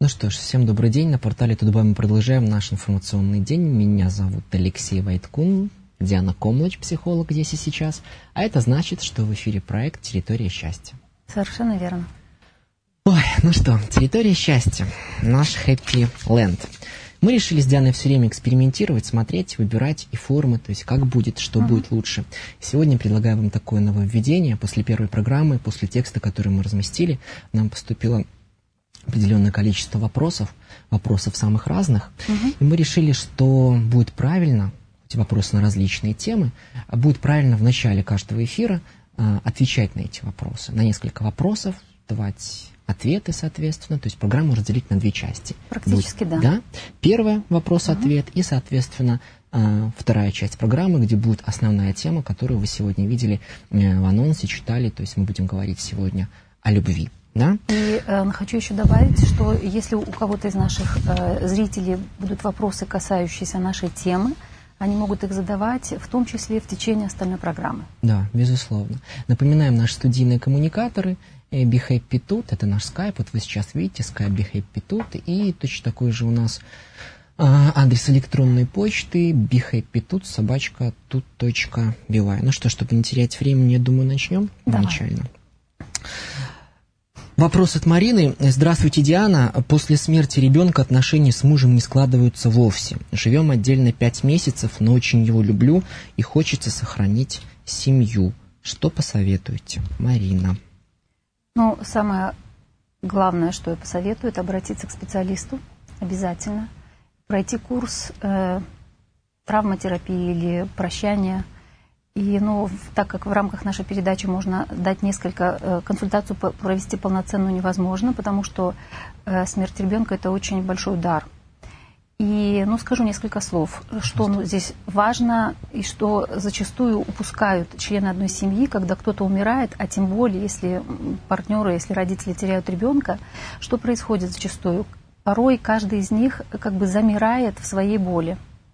Ну что ж, всем добрый день. На портале Тудбай мы продолжаем наш информационный день. Меня зовут Алексей Вайткун, Диана Комлач, психолог здесь и сейчас. А это значит, что в эфире проект «Территория счастья». Совершенно верно. Ой, ну что, «Территория счастья», наш Happy Land. Мы решили с Дианой все время экспериментировать, смотреть, выбирать и формы, то есть как будет, что будет лучше. Сегодня предлагаю вам такое нововведение. После первой программы, после текста, который мы разместили, нам поступило определенное количество вопросов самых разных. И мы решили, что будет правильно, эти вопросы на различные темы, будет правильно в начале каждого эфира отвечать на эти вопросы, на несколько вопросов, давать ответы, соответственно, то есть программу разделить на две части. Практически, будет, да. Первая вопрос-ответ и, соответственно, вторая часть программы, где будет основная тема, которую вы сегодня видели в анонсе, читали, то есть мы будем говорить сегодня о любви. Да? И хочу еще добавить, что если у кого-то из наших зрителей будут вопросы, касающиеся нашей темы, они могут их задавать, в том числе в течение остальной программы. Да, безусловно. Напоминаем наши студийные коммуникаторы. Be Happy Tut, это наш скайп, вот вы сейчас видите, скайп Be Happy Tut, и точно такой же у нас адрес электронной почты behappytut@tut.by. Ну что, чтобы не терять времени, я думаю, начнем изначально. Вопрос от Марины. Здравствуйте, Диана. После смерти ребенка отношения с мужем не складываются вовсе. Живем отдельно 5 месяцев, но очень его люблю и хочется сохранить семью. Что посоветуете? Марина. Ну, самое главное, что я посоветую, это обратиться к специалисту обязательно. Пройти курс травматерапии или прощания. И, так как в рамках нашей передачи можно дать несколько консультаций, провести полноценную невозможно, потому что смерть ребенка – это очень большой удар. И, скажу несколько слов, что здесь важно и что зачастую упускают члены одной семьи, когда кто-то умирает, а тем более, если партнеры, если родители теряют ребенка, что происходит зачастую? Порой каждый из них как бы замирает в своей боли.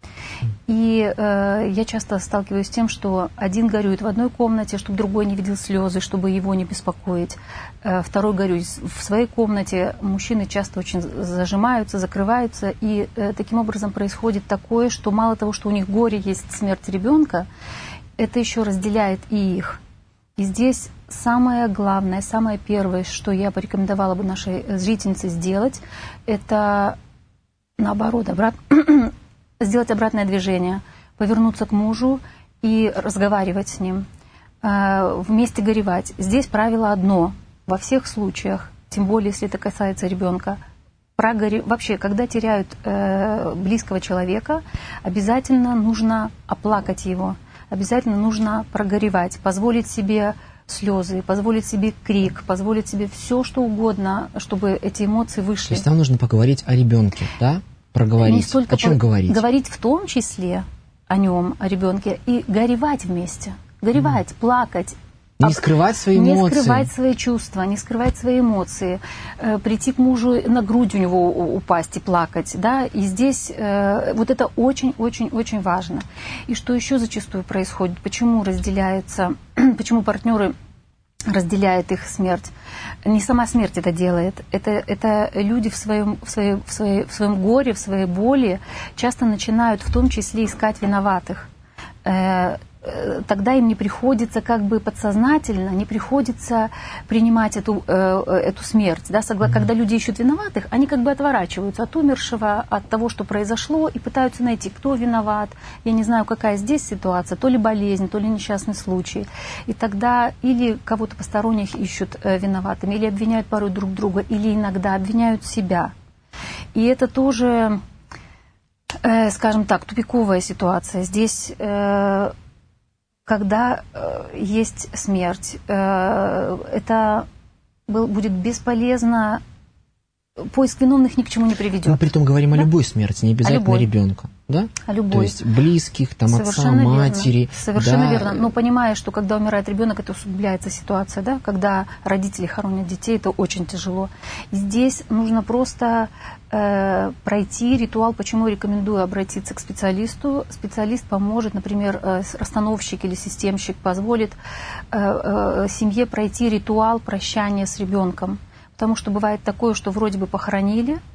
И я часто сталкиваюсь с тем, что один горюет в одной комнате, чтобы другой не видел слезы, чтобы его не беспокоить. Второй горюет в своей комнате. Мужчины часто очень зажимаются, закрываются. И таким образом происходит такое, что мало того, что у них горе есть смерть ребенка, это еще разделяет и их. И здесь самое главное, самое первое, что я порекомендовала бы нашей зрительнице сделать, это наоборот, сделать обратное движение, повернуться к мужу и разговаривать с ним, вместе горевать. Здесь правило одно во всех случаях, тем более, если это касается ребенка. Вообще, когда теряют близкого человека, обязательно нужно оплакать его, обязательно нужно прогоревать, позволить себе слезы, позволить себе крик, позволить себе все, что угодно, чтобы эти эмоции вышли. То есть нам нужно поговорить о ребенке, да? Проговорить. О чем говорить? Говорить в том числе о нем, о ребенке, и горевать вместе. Горевать, плакать. Не скрывать свои эмоции. Не скрывать свои чувства, не скрывать свои эмоции. Прийти к мужу, на грудь у него упасть и плакать. Да? И здесь вот это очень-очень-очень важно. И что еще зачастую происходит? Почему разделяется, почему партнеры разделяет их смерть? Не сама смерть это делает. Это люди в своем горе, в своей боли часто начинают в том числе искать виноватых. Тогда им не приходится как бы подсознательно, не приходится принимать эту смерть. Да? Когда люди ищут виноватых, они как бы отворачиваются от умершего, от того, что произошло, и пытаются найти, кто виноват. Я не знаю, какая здесь ситуация, то ли болезнь, то ли несчастный случай. И тогда или кого-то посторонних ищут виноватым, или обвиняют порой друг друга, или иногда обвиняют себя. И это тоже, скажем так, тупиковая ситуация. Здесь... Когда есть смерть, это будет бесполезно, поиск виновных ни к чему не приведет. Мы притом говорим о любой смерти, не обязательно ребенка. Да? О любой. То есть близких, там, отца, матери. Совершенно верно. Но понимая, что когда умирает ребенок, это усугубляется ситуация, да? Когда родители хоронят детей, это очень тяжело. И здесь нужно просто пройти ритуал, почему я рекомендую обратиться к специалисту. Специалист поможет, например, расстановщик или системщик позволит семье пройти ритуал прощания с ребенком. Потому что бывает такое, что вроде бы похоронили,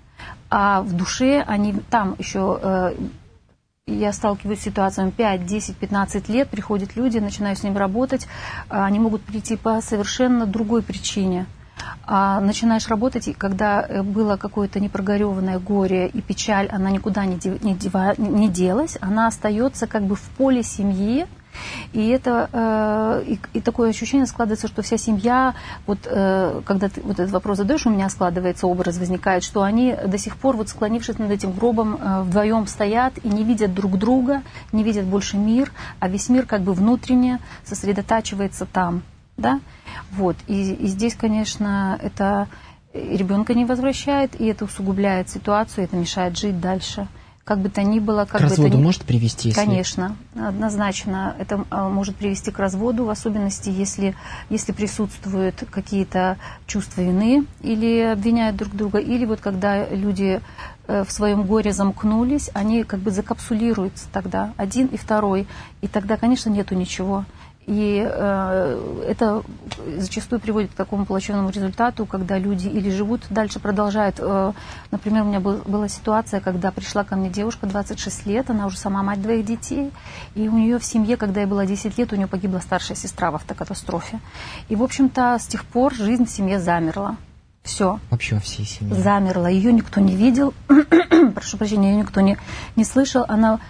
а в душе они там еще... Я сталкиваюсь с ситуациями 5, 10, 15 лет, приходят люди, начинаю с ними работать, они могут прийти по совершенно другой причине. А начинаешь работать, и когда было какое-то непрогореванное горе и печаль, она никуда не делась, она остается как бы в поле семьи. И это и такое ощущение складывается, что вся семья, вот когда ты вот этот вопрос задаешь, у меня складывается образ, возникает, что они до сих пор, вот склонившись над этим гробом, вдвоем стоят и не видят друг друга, не видят больше мир, а весь мир как бы внутренне сосредотачивается там, да, вот. И здесь, конечно, это ребенка не возвращает, и это усугубляет ситуацию, это мешает жить дальше. Как бы то ни было... К разводу может привести? Если... Конечно, однозначно. Это может привести к разводу, в особенности, если присутствуют какие-то чувства вины или обвиняют друг друга, или вот когда люди в своем горе замкнулись, они как бы закапсулируются тогда, один и второй, и тогда, конечно, нету ничего. И это зачастую приводит к такому плачевному результату, когда люди или живут дальше, продолжают. Например, у меня была ситуация, когда пришла ко мне девушка, 26 лет, она уже сама мать 2 детей, и у нее в семье, когда ей было 10 лет, у нее погибла старшая сестра в автокатастрофе. И, в общем-то, с тех пор жизнь в семье замерла. Все. Вообще во всей семье. Замерла. Ее никто не видел, прошу прощения, ее никто не слышал. Она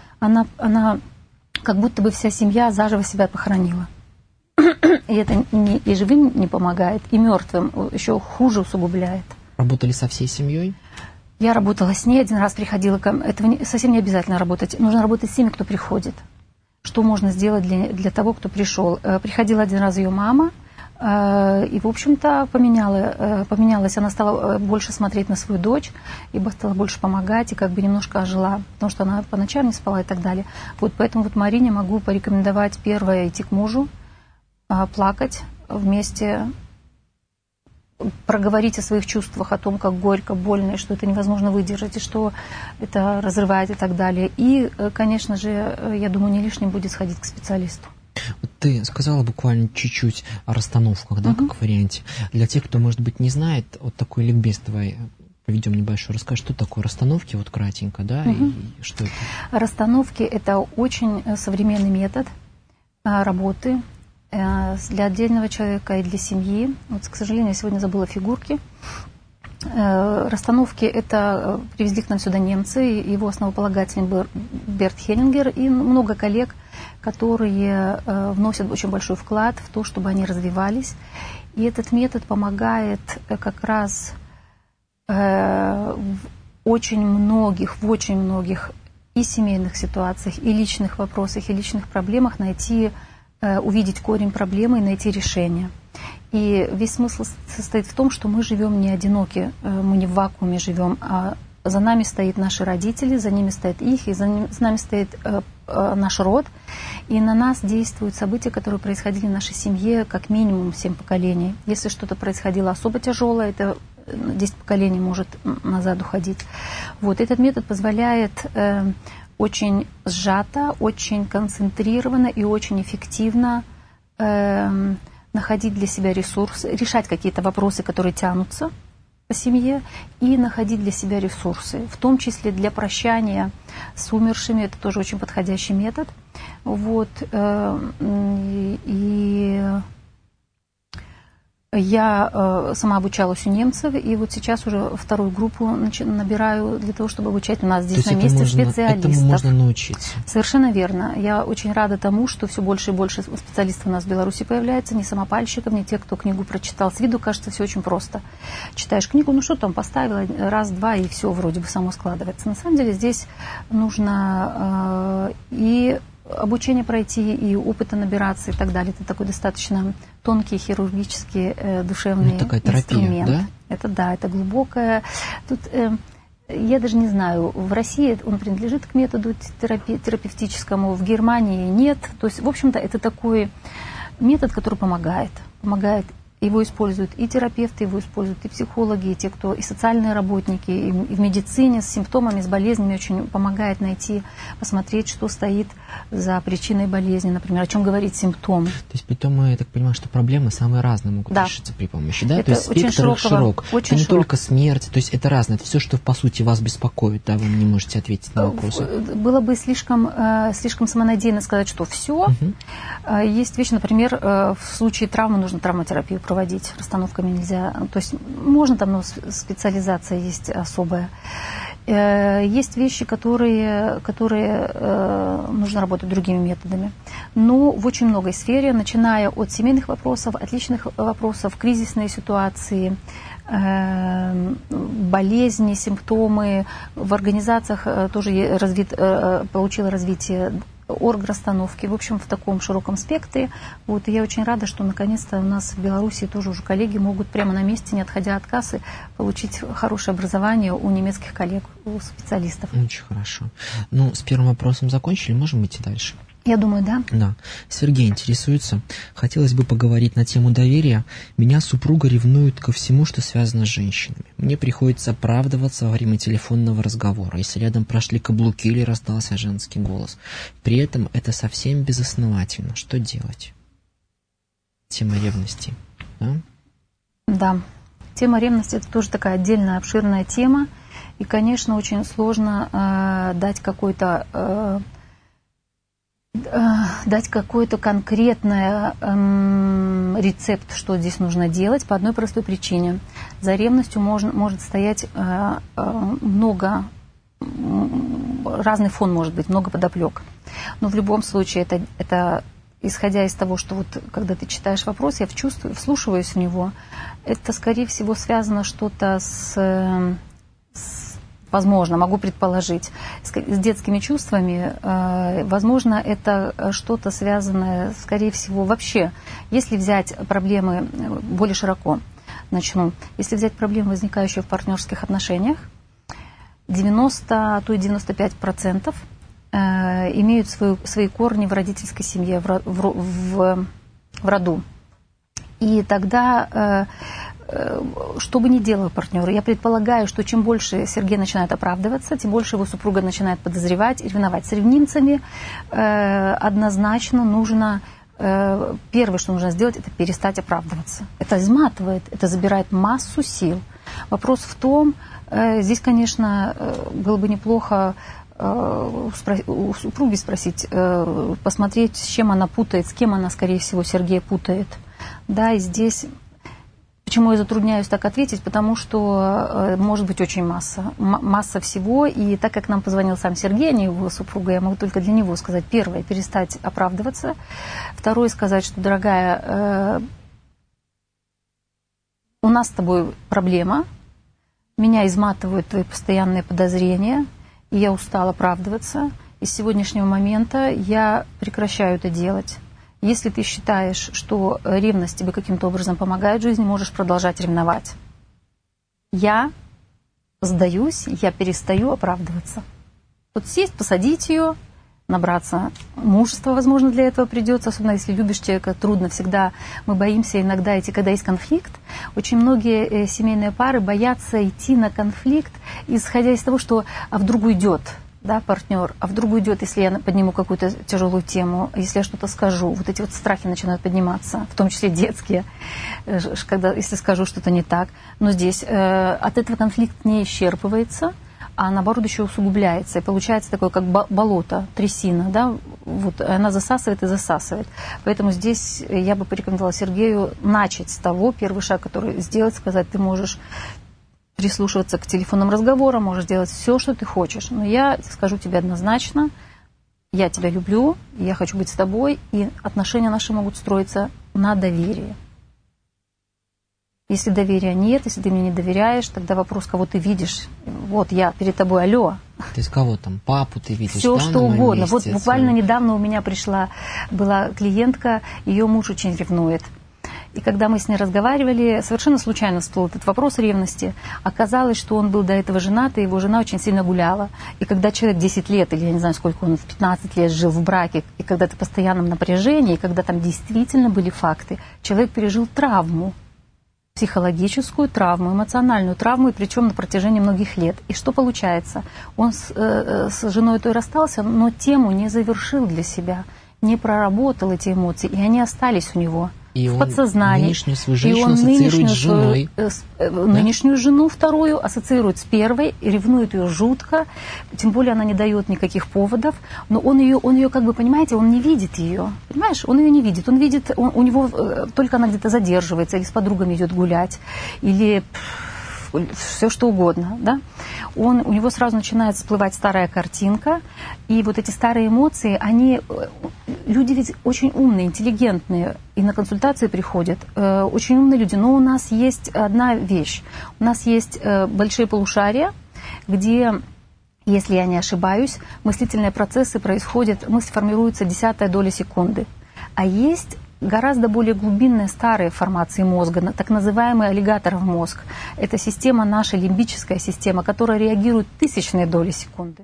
как будто бы вся семья заживо себя похоронила. И это и живым не помогает, и мертвым еще хуже усугубляет. Работали со всей семьей? Я работала с ней, один раз приходила ко мне. Это совсем не обязательно работать. Нужно работать с теми, кто приходит. Что можно сделать для того, кто пришел? Приходила один раз ее мама, и, в общем-то, поменялась. Она стала больше смотреть на свою дочь, ибо стала больше помогать и как бы немножко ожила, потому что она по ночам не спала и так далее. Вот поэтому вот Марине могу порекомендовать первое идти к мужу, плакать вместе, проговорить о своих чувствах, о том, как горько, больно, и что это невозможно выдержать, и что это разрывает и так далее. И, конечно же, я думаю, не лишним будет сходить к специалисту. Вот ты сказала буквально чуть-чуть о расстановках, да, как варианте. Для тех, кто, может быть, не знает, вот такой ликбез давай проведем небольшой. Расскажи, что такое расстановки, вот кратенько, да, и что это? Расстановки – это очень современный метод работы для отдельного человека и для семьи. Вот, к сожалению, я сегодня забыла фигурки. Расстановки это привезли к нам сюда немцы, его основополагатель был Берт Хеллингер и много коллег, которые вносят очень большой вклад в то, чтобы они развивались. И этот метод помогает как раз в очень многих и семейных ситуациях, и личных вопросах, и личных проблемах увидеть корень проблемы и найти решение. И весь смысл состоит в том, что мы живем не одиноки, мы не в вакууме живем, а за нами стоят наши родители, за ними стоят их, и за нами стоит наш род. И на нас действуют события, которые происходили в нашей семье как минимум 7 поколений. Если что-то происходило особо тяжелое, это 10 поколений может назад уходить. Вот этот метод позволяет очень сжато, очень концентрированно и очень эффективно находить для себя ресурсы, решать какие-то вопросы, которые тянутся по семье, и находить для себя ресурсы, в том числе для прощания с умершими. Это тоже очень подходящий метод. Вот. И я сама обучалась у немцев, и вот сейчас уже вторую группу набираю для того, чтобы обучать у нас здесь на месте специалистов. Этому можно научиться. Совершенно верно. Я очень рада тому, что все больше и больше специалистов у нас в Беларуси появляется, не самопальщиков, не те, кто книгу прочитал. С виду кажется все очень просто. Читаешь книгу, ну что там, поставила раз-два, и все вроде бы само складывается. На самом деле здесь нужно и обучение пройти, и опыта набираться и так далее. Это такой достаточно тонкий хирургический душевный такая терапия, инструмент. Да? Это глубокое. Тут я даже не знаю, в России он принадлежит к методу терапевтическому, в Германии нет. То есть, в общем-то, это такой метод, который помогает Его используют и терапевты, его используют и психологи, и те, кто и социальные работники, и в медицине с симптомами, с болезнями очень помогает найти, посмотреть, что стоит за причиной болезни, например, о чем говорит симптом. То есть, притом, я так понимаю, что проблемы самые разные могут решиться при помощи, да? Это то есть спектр широк. Очень это не широк. только смерть, то есть это разное, это все, что по сути вас беспокоит, да, вы не можете ответить на вопросы. Было бы слишком самонадеянно сказать, что все. Есть вещи, например, в случае травмы нужно травматерапию проводить, расстановками нельзя. То есть можно там, но специализация есть особая. Есть вещи, которые нужно работать другими методами. Но в очень многой сфере, начиная от семейных вопросов, от личных вопросов, кризисные ситуации, болезни, симптомы, в организациях тоже получило развитие орграсстановки, в общем, в таком широком спектре. Вот, и я очень рада, что наконец-то у нас в Беларуси тоже уже коллеги могут прямо на месте, не отходя от кассы, получить хорошее образование у немецких коллег, у специалистов. Очень хорошо. Ну, с первым вопросом закончили, можем идти дальше? Я думаю, да. Да. Сергей интересуется. Хотелось бы поговорить на тему доверия. Меня супруга ревнует ко всему, что связано с женщинами. Мне приходится оправдываться во время телефонного разговора, если рядом прошли каблуки или раздался женский голос. При этом это совсем безосновательно. Что делать? Тема ревности. Да? Да. Тема ревности – это тоже такая отдельная, обширная тема. И, конечно, очень сложно дать какой-то конкретный рецепт, что здесь нужно делать, по одной простой причине. За ревностью может стоять разный фон, может быть, много подоплек. Но в любом случае, это исходя из того, что вот когда ты читаешь вопрос, я вслушиваюсь в него, это, скорее всего, связано что-то возможно, могу предположить, с детскими чувствами. Возможно, это что-то связанное, скорее всего, вообще. Если взять проблемы более широко, начну. Если взять проблемы, возникающие в партнерских отношениях, 90, а то и 95% имеют свои корни в родительской семье, в роду. И тогда... Что бы ни делал партнер, я предполагаю, что чем больше Сергей начинает оправдываться, тем больше его супруга начинает подозревать и ревновать. С ревнивцами однозначно нужно, первое, что нужно сделать, это перестать оправдываться. Это изматывает, это забирает массу сил. Вопрос в том, здесь, конечно, было бы неплохо у супруги спросить, посмотреть, с чем она путает, с кем она, скорее всего, Сергея путает. Да, и здесь... Почему я затрудняюсь так ответить? Потому что может быть очень масса всего. И так как нам позвонил сам Сергей, а не его супруга, я могу только для него сказать. Первое, перестать оправдываться. Второе, сказать, что, дорогая, у нас с тобой проблема. Меня изматывают твои постоянные подозрения. И я устала оправдываться. И с сегодняшнего момента я прекращаю это делать. Если ты считаешь, что ревность тебе каким-то образом помогает в жизни, можешь продолжать ревновать. Я сдаюсь, я перестаю оправдываться. Вот сесть, посадить ее, набраться мужества, возможно, для этого придется, особенно если любишь человека, трудно всегда. Мы боимся иногда идти, когда есть конфликт. Очень многие семейные пары боятся идти на конфликт, исходя из того, что вдруг уйдет. Да, партнер, а вдруг уйдет, если я подниму какую-то тяжелую тему, если я что-то скажу, вот эти вот страхи начинают подниматься, в том числе детские, если скажу что-то не так. Но здесь от этого конфликт не исчерпывается, а наоборот еще усугубляется. И получается такое, как болото, трясина, да, вот она засасывает и засасывает. Поэтому здесь я бы порекомендовала Сергею начать с того, первый шаг, который сделать, сказать, ты можешь прислушиваться к телефонным разговорам, можешь делать все, что ты хочешь. Но я скажу тебе однозначно, я тебя люблю, я хочу быть с тобой, и отношения наши могут строиться на доверии. Если доверия нет, если ты мне не доверяешь, тогда вопрос, кого ты видишь. Вот я перед тобой, алло. То есть кого там, папу ты видишь? Все, да, что угодно. месте, Вот буквально недавно у меня была клиентка, ее муж очень ревнует. И когда мы с ней разговаривали, совершенно случайно всплыл этот вопрос ревности. Оказалось, что он был до этого женат, и его жена очень сильно гуляла. И когда человек 10 лет, или я не знаю, сколько он, 15 лет жил в браке, и когда ты в постоянном напряжении, и когда там действительно были факты, человек пережил травму. психологическую травму, эмоциональную травму, и причем на протяжении многих лет. И что получается? Он с женой той расстался, но тему не завершил для себя, не проработал эти эмоции, и они остались у него в подсознании. Нынешнюю свою женщину ассоциирует с женой. Нынешнюю жену вторую ассоциирует с первой, ревнует ее жутко, тем более она не дает никаких поводов, но он ее как бы, понимаете, он не видит ее, понимаешь, он ее не видит, он видит, у него только она где-то задерживается, или с подругами идет гулять, или все что угодно, да, у него сразу начинает всплывать старая картинка, и вот эти старые эмоции, люди ведь очень умные, интеллигентные, и на консультации приходят очень умные люди, но у нас есть одна вещь, у нас есть большие полушария, где, если я не ошибаюсь, мыслительные процессы происходят, мысль формируется 10-я доля секунды, а есть гораздо более глубинные старые формации мозга, так называемый аллигаторов мозг. Это система, наша лимбическая система, которая реагирует тысячные доли секунды.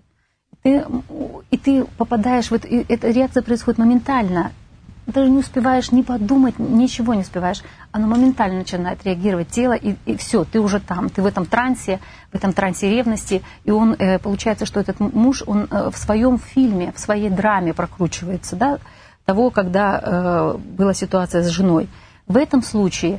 И ты попадаешь в это, и эта реакция происходит моментально. Даже не успеваешь ни подумать, ничего не успеваешь. Оно моментально начинает реагировать тело, и все, ты уже там, ты в этом трансе ревности. И получается, что этот муж, он в своем фильме, в своей драме прокручивается, да, того, когда была ситуация с женой. В этом случае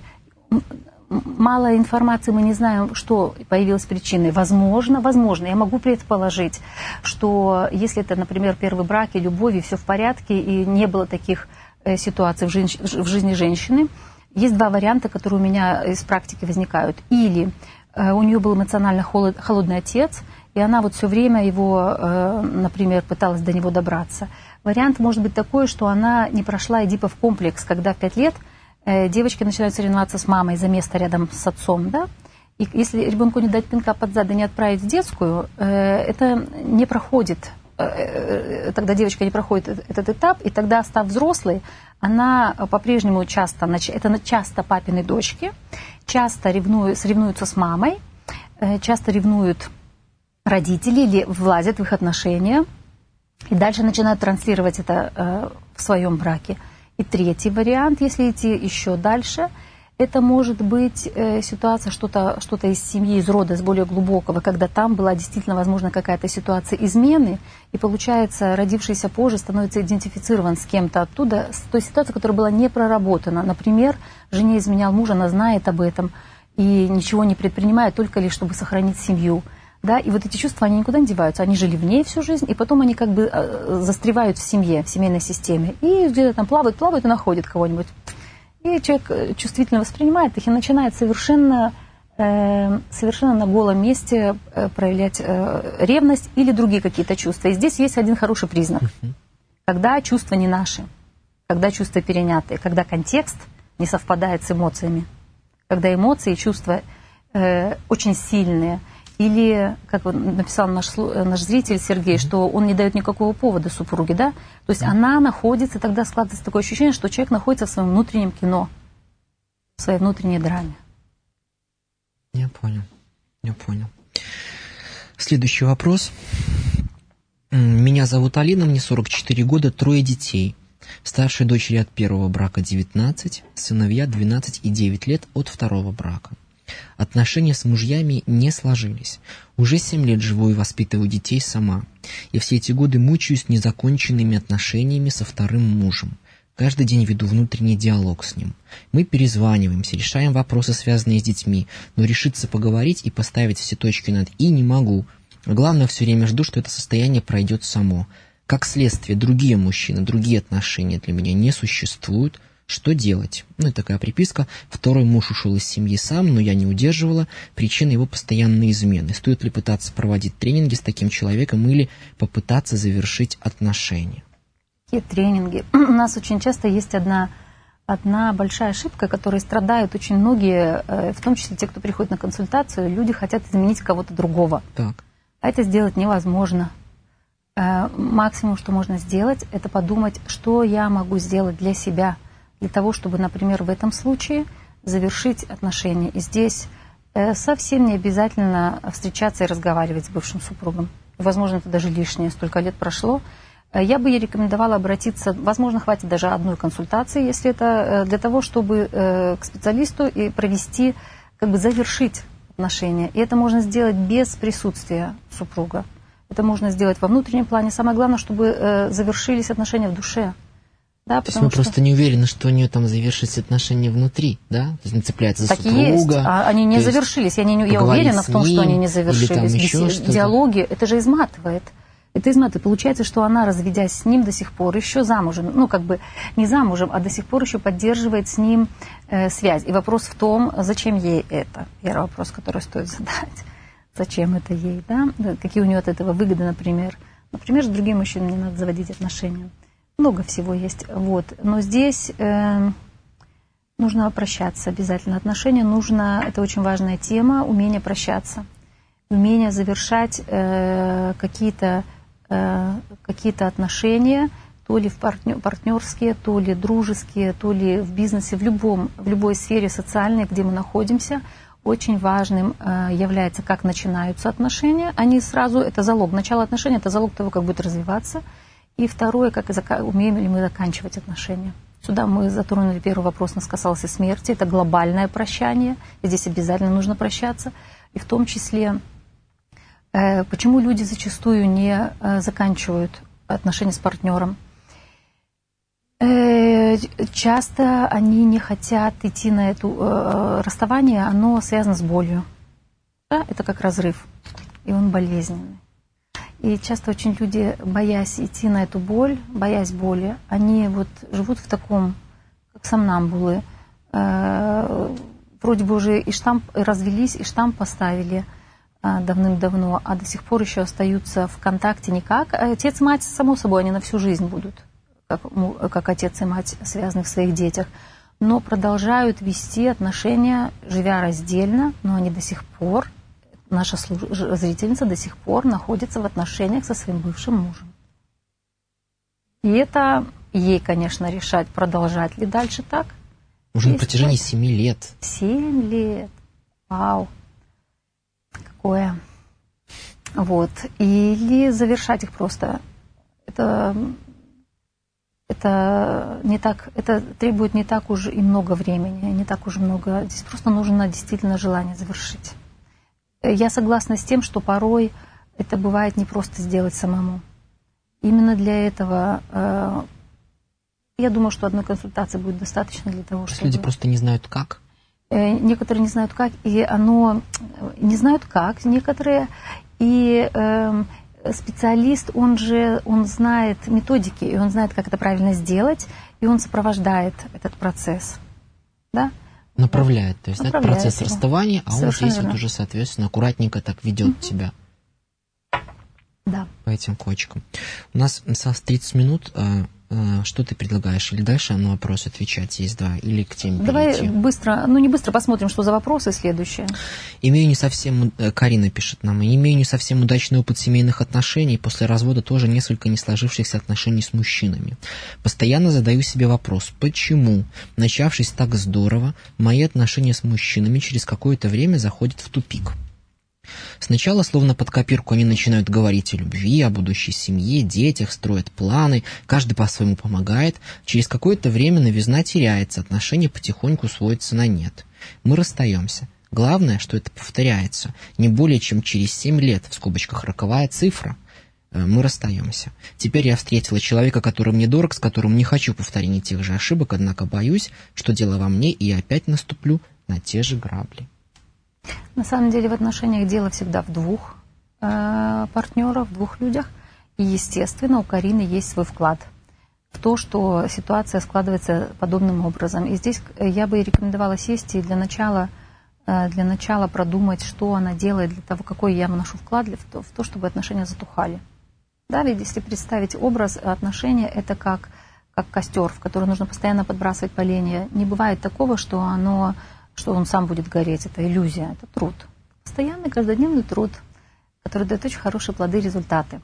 мало информации, мы не знаем, что появилась причиной. Возможно, я могу предположить, что если это, например, первый брак и любовь, и все в порядке, и не было таких ситуаций в жизни женщины, есть два варианта, которые у меня из практики возникают. Или у нее был эмоционально холодный отец, и она вот все время его, например, пыталась до него добраться. Вариант может быть такой, что она не прошла эдипов комплекс, когда в 5 лет девочки начинают соревноваться с мамой за место рядом с отцом, да? И если ребенку не дать пинка под зад и не отправить в детскую, это не проходит, тогда девочка не проходит этот этап, и тогда, став взрослой, она по-прежнему часто папины дочки, часто соревнуются с мамой, часто ревнуют родители или влазят в их отношения, и дальше начинают транслировать это в своем браке. И третий вариант, если идти еще дальше, это может быть ситуация, что-то из семьи, из рода, с более глубокого, когда там была действительно, возможно, какая-то ситуация измены, и получается, родившийся позже становится идентифицирован с кем-то оттуда, с той ситуацией, которая была не проработана. Например, жене изменял муж, она знает об этом и ничего не предпринимает, только лишь чтобы сохранить семью. Да, и вот эти чувства, они никуда не деваются. Они жили в ней всю жизнь, и потом они как бы застревают в семье, в семейной системе. И где-то там плавают и находят кого-нибудь. И человек чувствительно воспринимает их и начинает совершенно на голом месте проявлять ревность или другие какие-то чувства. И здесь есть один хороший признак. Когда чувства не наши, когда чувства перенятые, когда контекст не совпадает с эмоциями, когда эмоции и чувства очень сильные. Или, как написал наш зритель Сергей, что он не дает никакого повода супруге, да? То есть она находится, тогда складывается такое ощущение, что человек находится в своем внутреннем кино, в своей внутренней драме. Я понял. Следующий вопрос. Меня зовут Алина, мне 44 года, 3 детей. Старшей дочери от первого брака 19, сыновья 12 и 9 лет от второго брака. Отношения с мужьями не сложились. Уже 7 лет живу и воспитываю детей сама. И все эти годы мучаюсь незаконченными отношениями со вторым мужем. Каждый день веду внутренний диалог с ним. Мы перезваниваемся, решаем вопросы, связанные с детьми, но решиться поговорить и поставить все точки над «и» не могу. Главное, все время жду, что это состояние пройдет само. Как следствие, другие мужчины, другие отношения для меня не существуют. Что делать? И такая приписка. Второй муж ушел из семьи сам, но я не удерживала. Причина его постоянной измены. Стоит ли пытаться проводить тренинги с таким человеком или попытаться завершить отношения? Какие тренинги? У нас очень часто есть одна большая ошибка, которой страдают очень многие, в том числе те, кто приходит на консультацию. Люди хотят изменить кого-то другого. Так. А это сделать невозможно. Максимум, что можно сделать, это подумать, что я могу сделать для себя, для того, чтобы, например, в этом случае завершить отношения. И здесь совсем не обязательно встречаться и разговаривать с бывшим супругом. Возможно, это даже лишнее. Столько лет прошло. я бы ей рекомендовала обратиться, возможно, хватит даже одной консультации, если это для того, чтобы к специалисту и провести, как бы завершить отношения. И это можно сделать без присутствия супруга. Это можно сделать во внутреннем плане. Самое главное, чтобы завершились отношения в душе. Да, то есть мы просто не уверены, что у нее там завершились отношения внутри, да? То есть не цепляется за супруга. Так и есть. Они не завершились. Я уверена в том, что они не завершились. Диалоги, это же изматывает. Это изматывает. Получается, что она, разведясь с ним до сих пор, еще замужем, ну, как бы не замужем, а до сих пор еще поддерживает с ним связь. И вопрос в том, зачем ей это? Первый вопрос, который стоит задать. Зачем это ей, да? Какие у нее от этого выгоды, например. Например, с другим мужчиной не надо заводить отношения. Много всего есть. Вот. Но здесь нужно прощаться обязательно. Отношения нужно, это очень важная тема, умение прощаться. Умение завершать какие-то отношения, то ли в партнерские, то ли дружеские, то ли в бизнесе, в любой сфере социальной, где мы находимся. Очень важным является, как начинаются отношения. Они сразу, это залог. Начало отношений – это залог того, как будет развиваться. И второе, умеем ли мы заканчивать отношения. Сюда мы затронули первый вопрос, нас касался смерти. Это глобальное прощание. И здесь обязательно нужно прощаться. И в том числе, почему люди зачастую не заканчивают отношения с партнером. Часто они не хотят идти на это расставание, оно связано с болью. Да? Это как разрыв, и он болезненный. И часто очень люди, боясь идти на эту боль, боясь боли, они вот живут в таком, как сомнамбулы. Вроде бы уже и штамп развелись, и штамп поставили давным-давно, а до сих пор еще остаются в контакте никак. Отец и мать, само собой, они на всю жизнь будут, как отец и мать, связаны в своих детях, но продолжают вести отношения, живя раздельно, но они до сих пор, наша зрительница до сих пор находится в отношениях со своим бывшим мужем. И это ей, конечно, решать, продолжать ли дальше так. Уже на протяжении 7 лет. 7 лет. Вау. Какое. Вот. Или завершать их просто. Это не так, это требует не так уж и много времени, не так уж много. Здесь просто нужно действительно желание завершить. Я согласна с тем, что порой это бывает не просто сделать самому. Именно для этого, я думаю, что одной консультации будет достаточно для того, чтобы... Люди просто не знают как? Некоторые не знают как, и не знают как, некоторые, и специалист, он знает методики, и он знает, как это правильно сделать, и он сопровождает этот процесс, да? Направляет, то есть это процесс расставания, а он здесь вот уже, соответственно, аккуратненько так ведет тебя по этим кочкам. У нас осталось 30 минут. Что ты предлагаешь? Или дальше на вопрос отвечать есть, да, или к теме перейти? Давай быстро, не быстро посмотрим, что за вопросы следующие. Карина пишет нам, имею не совсем удачный опыт семейных отношений, после развода тоже несколько не сложившихся отношений с мужчинами. Постоянно задаю себе вопрос, почему, начавшись так здорово, мои отношения с мужчинами через какое-то время заходят в тупик? Сначала, словно под копирку, они начинают говорить о любви, о будущей семье, детях, строят планы, каждый по-своему помогает. Через какое-то время новизна теряется, отношения потихоньку сводятся на нет. Мы расстаемся. Главное, что это повторяется. Не более чем через 7 лет, в скобочках роковая цифра, мы расстаемся. Теперь я встретила человека, который мне дорог, с которым не хочу повторения тех же ошибок, однако боюсь, что дело во мне, и я опять наступлю на те же грабли. На самом деле в отношениях дело всегда в двух партнерах, в двух людях. И, естественно, у Карины есть свой вклад в то, что ситуация складывается подобным образом. И здесь я бы рекомендовала сесть и для начала продумать, что она делает для того, какой я вношу вклад в то, чтобы отношения затухали. Да, ведь если представить образ отношения, это как костер, в который нужно постоянно подбрасывать поленья. Не бывает такого, что он сам будет гореть. Это иллюзия, это труд. Постоянный каждодневный труд, который дает очень хорошие плоды и результаты.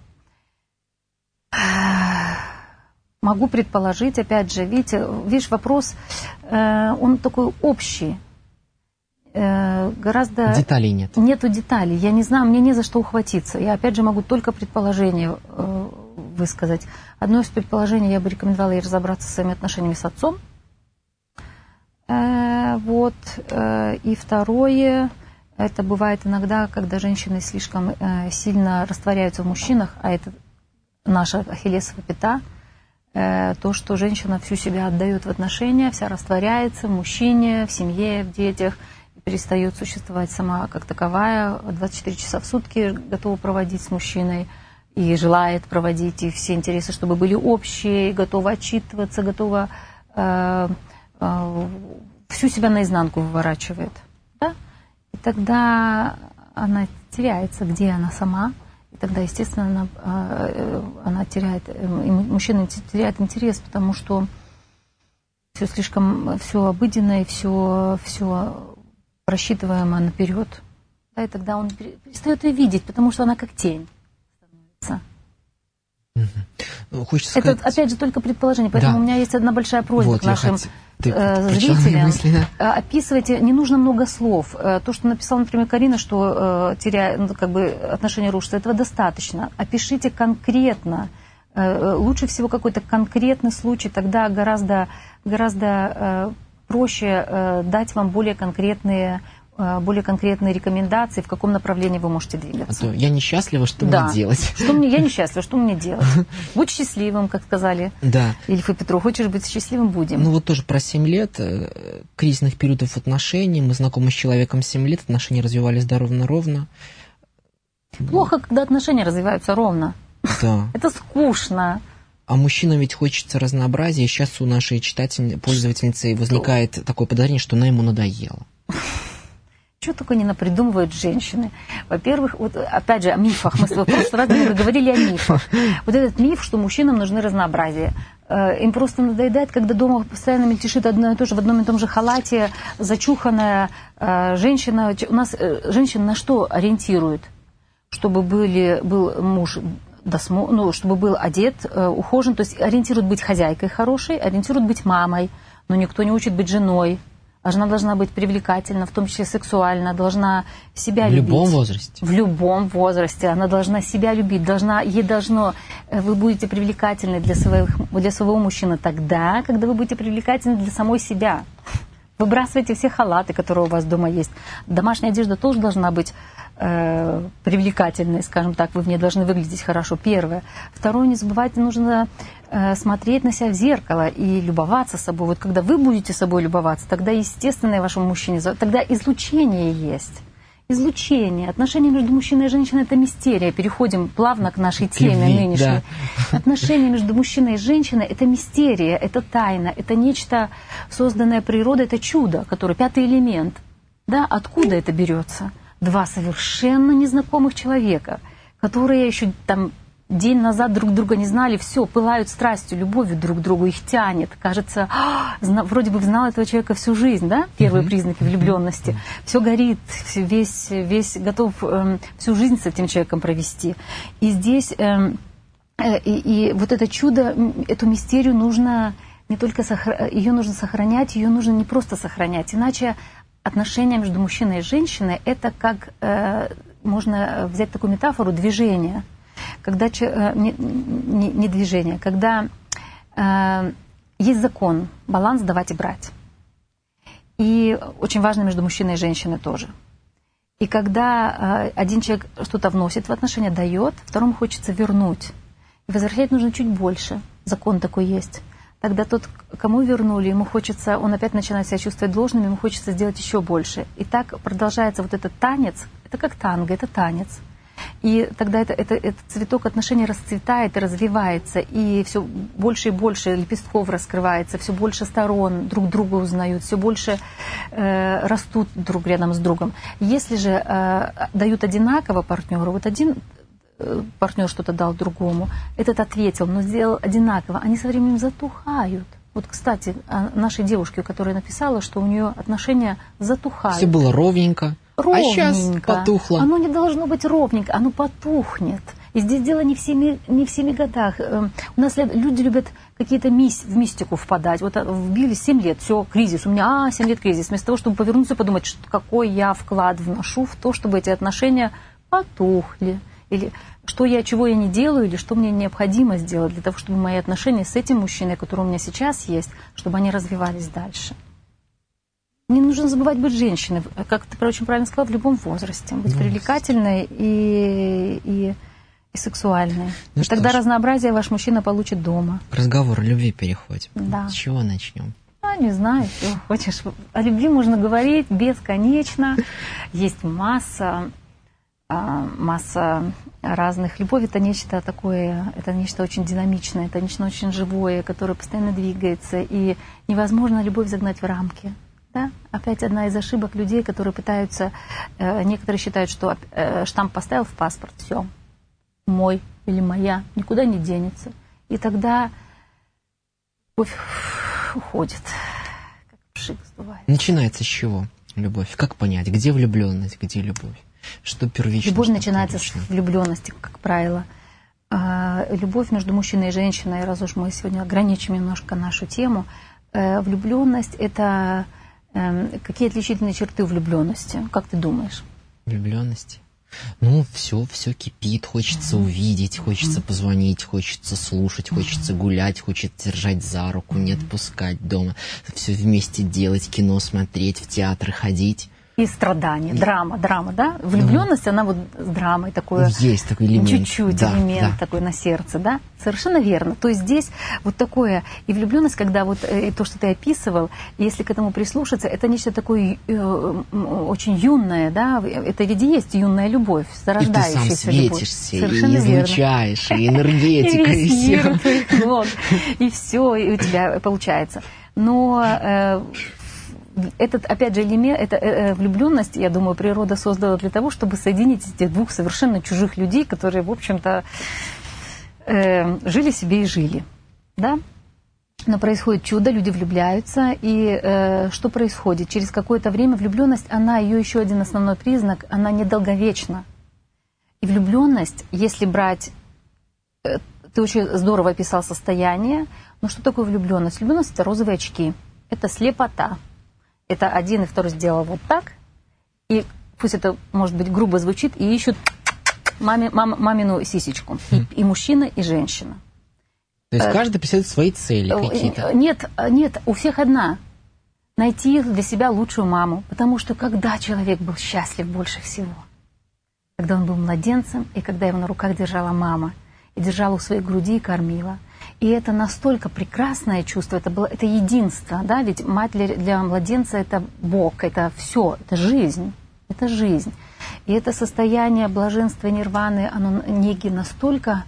Могу предположить, опять же, видишь, вопрос, он такой общий. Гораздо... Деталей нет. Нету деталей. Я не знаю, мне не за что ухватиться. Я, опять же, могу только предположение высказать. Одно из предположений, я бы рекомендовала ей разобраться со своими отношениями с отцом. Вот. И второе, это бывает иногда, когда женщины слишком сильно растворяются в мужчинах, а это наша ахиллесова пята, то, что женщина всю себя отдает в отношения, вся растворяется в мужчине, в семье, в детях, и перестает существовать сама как таковая, 24 часа в сутки готова проводить с мужчиной, и желает проводить, и все интересы, чтобы были общие, и готова отчитываться, готова всю себя наизнанку выворачивает. Да? И тогда она теряется, где она сама, и тогда, естественно, она теряет, и мужчина теряет интерес, потому что все слишком, все обыденное, все просчитываемо наперед. Да, и тогда он перестает ее видеть, потому что она как тень становится. Хочется это, сказать... опять же, только предположение, поэтому у меня есть одна большая просьба к нашим зрителям. Описывайте, не нужно много слов. То, что написала, например, Карина, что отношения рушатся, этого достаточно. Опишите конкретно. Лучше всего какой-то конкретный случай, тогда гораздо проще дать вам более конкретные рекомендации, в каком направлении вы можете двигаться. Я несчастлива, что мне делать? Я несчастлива, что мне делать? Будь счастливым, как сказали Ильф и Петров. Хочешь быть счастливым, будем. Ну вот тоже про 7 лет кризисных периодов отношений. Мы знакомы с человеком 7 лет, отношения развивались ровно. Плохо, когда отношения развиваются ровно. Да. Это скучно. А мужчинам ведь хочется разнообразия. И сейчас у нашей пользовательницы возникает такое подозрение, что она ему надоела. Что только не напридумывают женщины. Во-первых, вот опять же о мифах. Мы в прошлый раз говорили о мифах. Вот этот миф, что мужчинам нужны разнообразие. Им просто надоедает, когда дома постоянно мельтешит одно и то же в одном и том же халате, зачуханная женщина. У нас женщин на что ориентируют? Чтобы был муж, чтобы был одет, ухожен. То есть ориентируют быть хозяйкой хорошей, ориентируют быть мамой. Но никто не учит быть женой. Жена должна быть привлекательна, в том числе сексуально, должна себя любить. В любом возрасте. В любом возрасте. Она должна себя любить. Вы будете привлекательны для своего мужчины тогда, когда вы будете привлекательны для самой себя. Выбрасывайте все халаты, которые у вас дома есть. Домашняя одежда тоже должна быть привлекательной, скажем так. Вы в ней должны выглядеть хорошо. Первое. Второе, не забывайте, нужно смотреть на себя в зеркало и любоваться собой. Вот когда вы будете собой любоваться, тогда естественно вашему мужчине, тогда излучение есть. Излучение. Отношения между мужчиной и женщиной – это мистерия. Переходим плавно к нашей теме нынешней. Да. Отношения между мужчиной и женщиной – это мистерия, это тайна, это нечто созданное природой, это чудо, который пятый элемент. Да? Откуда это берется? Два совершенно незнакомых человека, которые еще день назад друг друга не знали, все, пылают страстью, любовью друг к другу, их тянет. Кажется, вроде бы знал этого человека всю жизнь, да? Первые признаки влюбленности. Все горит, весь готов всю жизнь с этим человеком провести. И здесь, и вот это чудо, эту мистерию нужно не только ее нужно сохранять, ее нужно не просто сохранять, иначе отношения между мужчиной и женщиной – это как, можно взять такую метафору, движение. Когда не движение, когда есть закон, баланс давать и брать. И очень важно между мужчиной и женщиной тоже. И когда один человек что-то вносит в отношения, дает, второму хочется вернуть. И возвращать нужно чуть больше. Закон такой есть. Тогда тот, кому вернули, ему хочется, он опять начинает себя чувствовать должным, ему хочется сделать еще больше. И так продолжается вот этот танец. Это как танго, это танец. И тогда этот цветок отношений расцветает и развивается, и все больше и больше лепестков раскрывается, все больше сторон друг друга узнают, все больше растут друг рядом с другом. Если же дают одинаково партнеру, вот один партнер что-то дал другому, этот ответил, но сделал одинаково, они со временем затухают. Вот, кстати, о нашей девушке, которая написала, что у нее отношения затухают. Все было ровненько. Ровненько. А сейчас потухло. Оно не должно быть ровненько, оно потухнет. И здесь дело не в 7 годах. У нас люди любят какие-то в мистику впадать. Вот вбили 7 лет, все, кризис. У меня 7 лет кризис. Вместо того, чтобы повернуться и подумать, какой я вклад вношу в то, чтобы эти отношения потухли. или чего я не делаю, или что мне необходимо сделать для того, чтобы мои отношения с этим мужчиной, который у меня сейчас есть, чтобы они развивались дальше. Не нужно забывать быть женщиной, как ты очень правильно сказала, в любом возрасте. Быть привлекательной и сексуальной. И тогда разнообразие ваш мужчина получит дома. К разговору о любви переходим. Да. С чего начнем? Не знаю, что хочешь. О любви можно говорить бесконечно. Есть масса разных. Любовь — это нечто такое, это нечто очень динамичное, это нечто очень живое, которое постоянно двигается. И невозможно любовь загнать в рамки. Да? Опять одна из ошибок людей, которые пытаются... Некоторые считают, что штамп поставил в паспорт, все, мой или моя, никуда не денется. И тогда любовь уходит, как пшик сдувает. Начинается с чего любовь? Как понять, где влюбленность, где любовь? Что первично? Любовь начинается с влюбленности, как правило. Любовь между мужчиной и женщиной, раз уж мы сегодня ограничим немножко нашу тему, влюбленность — это... Какие отличительные черты влюбленности? Как ты думаешь? Влюбленности? Ну, все кипит, хочется увидеть, хочется позвонить, хочется слушать, хочется гулять, хочется держать за руку, не отпускать дома, все вместе делать, кино смотреть, в театры ходить. И страдания, драма, да? Влюбленность, она вот с драмой такое. Есть такой элемент. Чуть-чуть элемент такой на сердце, да? Совершенно верно. То есть здесь вот такое, и влюбленность, когда вот то, что ты описывал, если к этому прислушаться, это нечто такое очень юное, да? Это ведь есть юная любовь, зарождающаяся любовь. И ты сам светишься, и излучаешь, и энергетика, и все, и у тебя получается. Но этот, опять же, элемент, это влюбленность, я думаю, природа создала для того, чтобы соединить этих двух совершенно чужих людей, которые, в общем-то, жили себе и жили. Да? Но происходит чудо, люди влюбляются, и что происходит? Через какое-то время влюбленность, ее еще один основной признак, она недолговечна. И влюбленность, если брать, ты очень здорово описал состояние, но что такое влюбленность? Влюбленность — это розовые очки, это слепота. Это один и второй сделал вот так, и пусть это, может быть, грубо звучит, и ищут мамину сисечку. И мужчина, и женщина. То есть каждый преследует свои цели какие-то? Нет, у всех одна. Найти для себя лучшую маму. Потому что когда человек был счастлив больше всего? Когда он был младенцем, и когда его на руках держала мама, и держала у своей груди и кормила. И это настолько прекрасное чувство, это единство, да, ведь мать для младенца — это Бог, это все, это жизнь. И это состояние блаженства и нирваны, оно неги настолько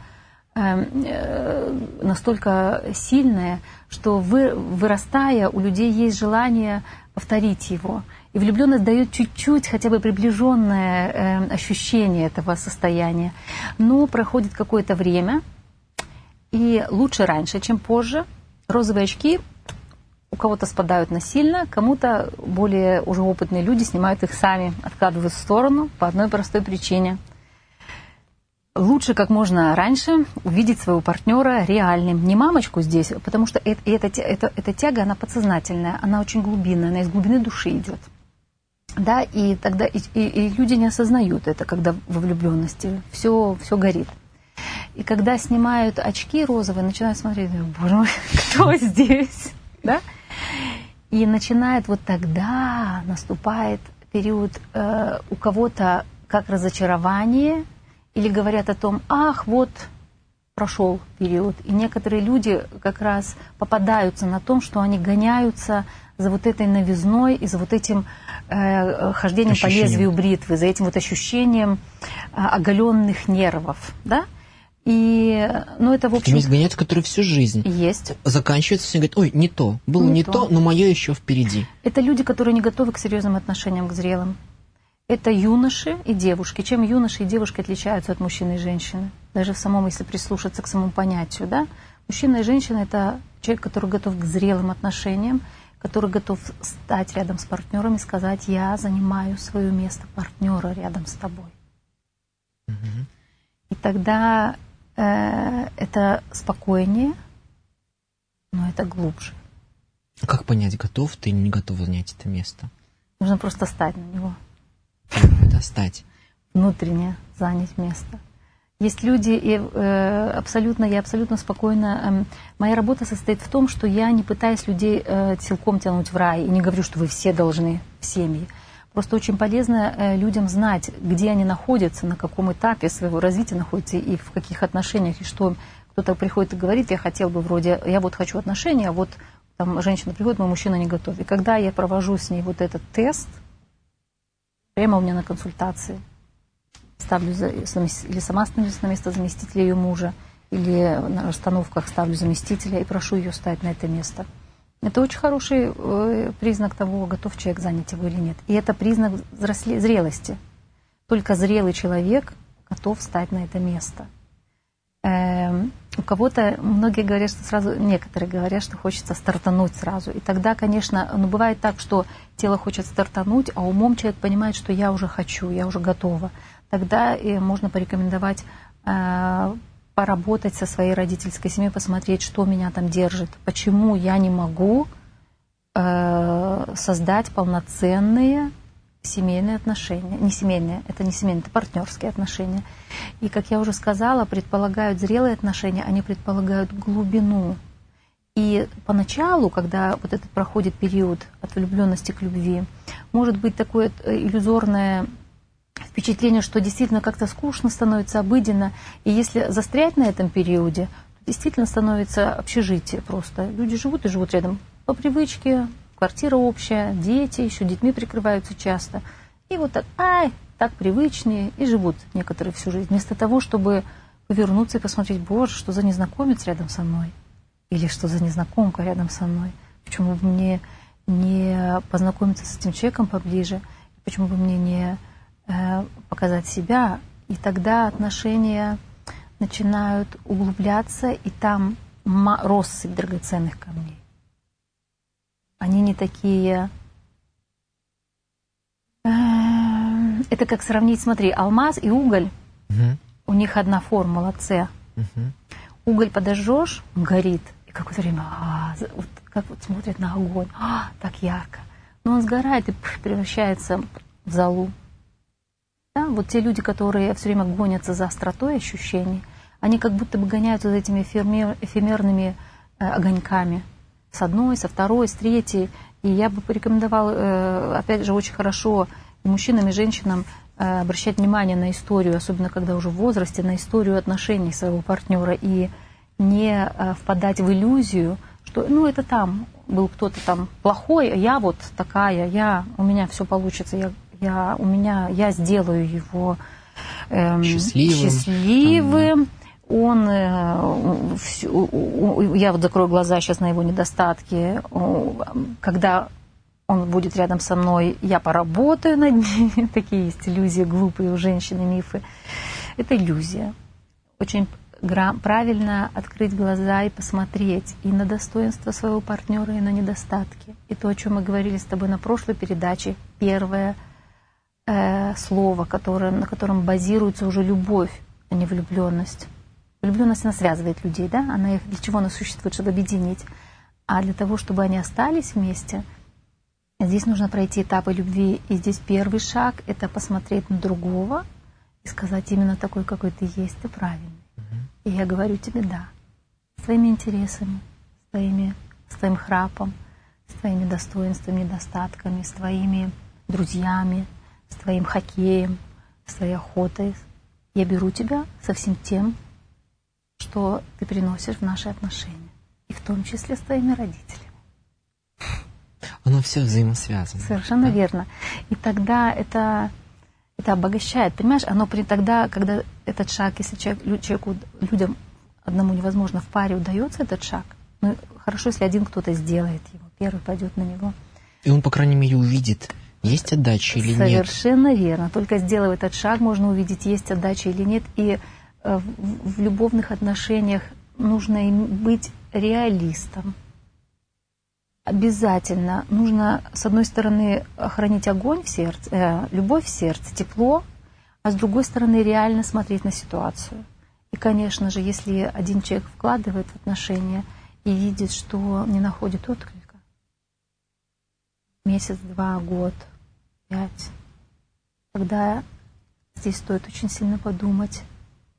сильное, что вырастая, у людей есть желание повторить его. И влюбленность дает чуть-чуть, хотя бы приближенное ощущение этого состояния. Но проходит какое-то время, и лучше раньше, чем позже. Розовые очки у кого-то спадают насильно, кому-то более уже опытные люди снимают их сами, откладывают в сторону по одной простой причине. Лучше как можно раньше увидеть своего партнера реальным. Не мамочку здесь, потому что эта тяга, она подсознательная, она очень глубинная, она из глубины души идет. Да, и тогда и люди не осознают это, когда во влюбленности все горит. И когда снимают очки розовые, начинают смотреть, боже мой, кто здесь? Да? И начинает вот тогда наступает период у кого-то как разочарование, или говорят о том, вот прошел период. И некоторые люди как раз попадаются на том, что они гоняются за вот этой новизной и за вот этим хождением по лезвию бритвы, за этим вот ощущением оголенных нервов, да? Это, в общем... Есть гоняются, которые всю жизнь есть. Заканчивается, все говорят, ой, не то, было не то, но мое еще впереди. Это люди, которые не готовы к серьезным отношениям, к зрелым. Это юноши и девушки. Чем юноши и девушки отличаются от мужчины и женщины? Даже в самом, если прислушаться к самому понятию, да? Мужчина и женщина — это человек, который готов к зрелым отношениям, который готов стать рядом с партнером и сказать, я занимаю свое место партнера рядом с тобой. Угу. И тогда это спокойнее, но это глубже. Как понять, готов ты или не готов занять это место? Нужно просто стать на него. Это стать. Внутренне занять место. Есть люди, и я абсолютно спокойна. Моя работа состоит в том, что я не пытаюсь людей силком тянуть в рай и не говорю, что вы все должны в семьи. Просто очень полезно людям знать, где они находятся, на каком этапе своего развития находятся и в каких отношениях, и что кто-то приходит и говорит, я хотел бы вроде, я вот хочу отношения, а вот там женщина приходит, мой мужчина не готов. И когда я провожу с ней вот этот тест, прямо у меня на консультации, ставлю или сама становлюсь на место заместителя ее мужа, или на расстановках ставлю заместителя и прошу ее ставить на это место. Это очень хороший признак того, готов человек занять его или нет. И это признак зрелости. Только зрелый человек готов встать на это место. У кого-то, многие говорят, что сразу, некоторые говорят, что хочется стартануть сразу. И тогда, конечно, бывает так, что тело хочет стартануть, а умом человек понимает, что я уже хочу, я уже готова. Тогда можно порекомендовать поработать со своей родительской семьей, посмотреть, что меня там держит, почему я не могу создать полноценные семейные отношения. Не семейные, это партнерские отношения. И, как я уже сказала, предполагают зрелые отношения, они предполагают глубину. И поначалу, когда вот этот проходит период от влюбленности к любви, может быть такое иллюзорное впечатление, что действительно как-то скучно становится, обыденно. И если застрять на этом периоде, то действительно становится общежитие просто. Люди живут и живут рядом по привычке, квартира общая, дети еще детьми прикрываются часто. И вот так привычнее, и живут некоторые всю жизнь. Вместо того, чтобы повернуться и посмотреть, боже, что за незнакомец рядом со мной, или что за незнакомка рядом со мной, почему бы мне не познакомиться с этим человеком поближе, почему бы мне не показать себя, и тогда отношения начинают углубляться, и там россыпь драгоценных камней. Они не такие... Это как сравнить, смотри, алмаз и уголь. У них одна формула С. Уголь подожжешь, он горит, и какое-то время, как вот смотрит на огонь, так ярко. Но он сгорает и превращается в золу. Да? Вот те люди, которые все время гонятся за остротой ощущений, они как будто бы гоняются за этими эфемерными огоньками. С одной, со второй, с третьей. И я бы порекомендовала, опять же, очень хорошо и мужчинам, и женщинам обращать внимание на историю, особенно когда уже в возрасте, на историю отношений своего партнера и не впадать в иллюзию, что это там был кто-то там плохой, а я вот такая, у меня все получится, я сделаю его счастливым. Я вот закрою глаза сейчас на его недостатки. Когда он будет рядом со мной, я поработаю над ним. Такие есть иллюзии глупые у женщин и мифы. Это иллюзия. Очень правильно открыть глаза и посмотреть и на достоинство своего партнера, и на недостатки. И то, о чем мы говорили с тобой на прошлой передаче, первое слово, на котором базируется уже любовь, а не влюбленность. Влюбленность, она связывает людей, да? Для чего она существует? Чтобы объединить. А для того, чтобы они остались вместе, здесь нужно пройти этапы любви. И здесь первый шаг — это посмотреть на другого и сказать: именно такой, какой ты есть, ты правильный. И я говорю тебе да. С твоими интересами, с твоим храпом, с твоими достоинствами, недостатками, с твоими друзьями, с твоим хоккеем, с твоей охотой. Я беру тебя со всем тем, что ты приносишь в наши отношения, и в том числе с твоими родителями. Оно все взаимосвязано. Совершенно верно. И тогда это обогащает, понимаешь? Тогда, когда этот шаг, если людям одному невозможно, в паре удается этот шаг, хорошо, если один кто-то сделает его, первый пойдет на него. И он, по крайней мере, увидит, есть отдача или нет. Совершенно верно. Только сделав этот шаг, можно увидеть, есть отдача или нет. И в любовных отношениях нужно быть реалистом. Обязательно нужно, с одной стороны, хранить огонь в сердце, любовь в сердце, тепло, а с другой стороны, реально смотреть на ситуацию. И, конечно же, если один человек вкладывает в отношения и видит, что не находит отклика, месяц, 2, год, 5, тогда здесь стоит очень сильно подумать,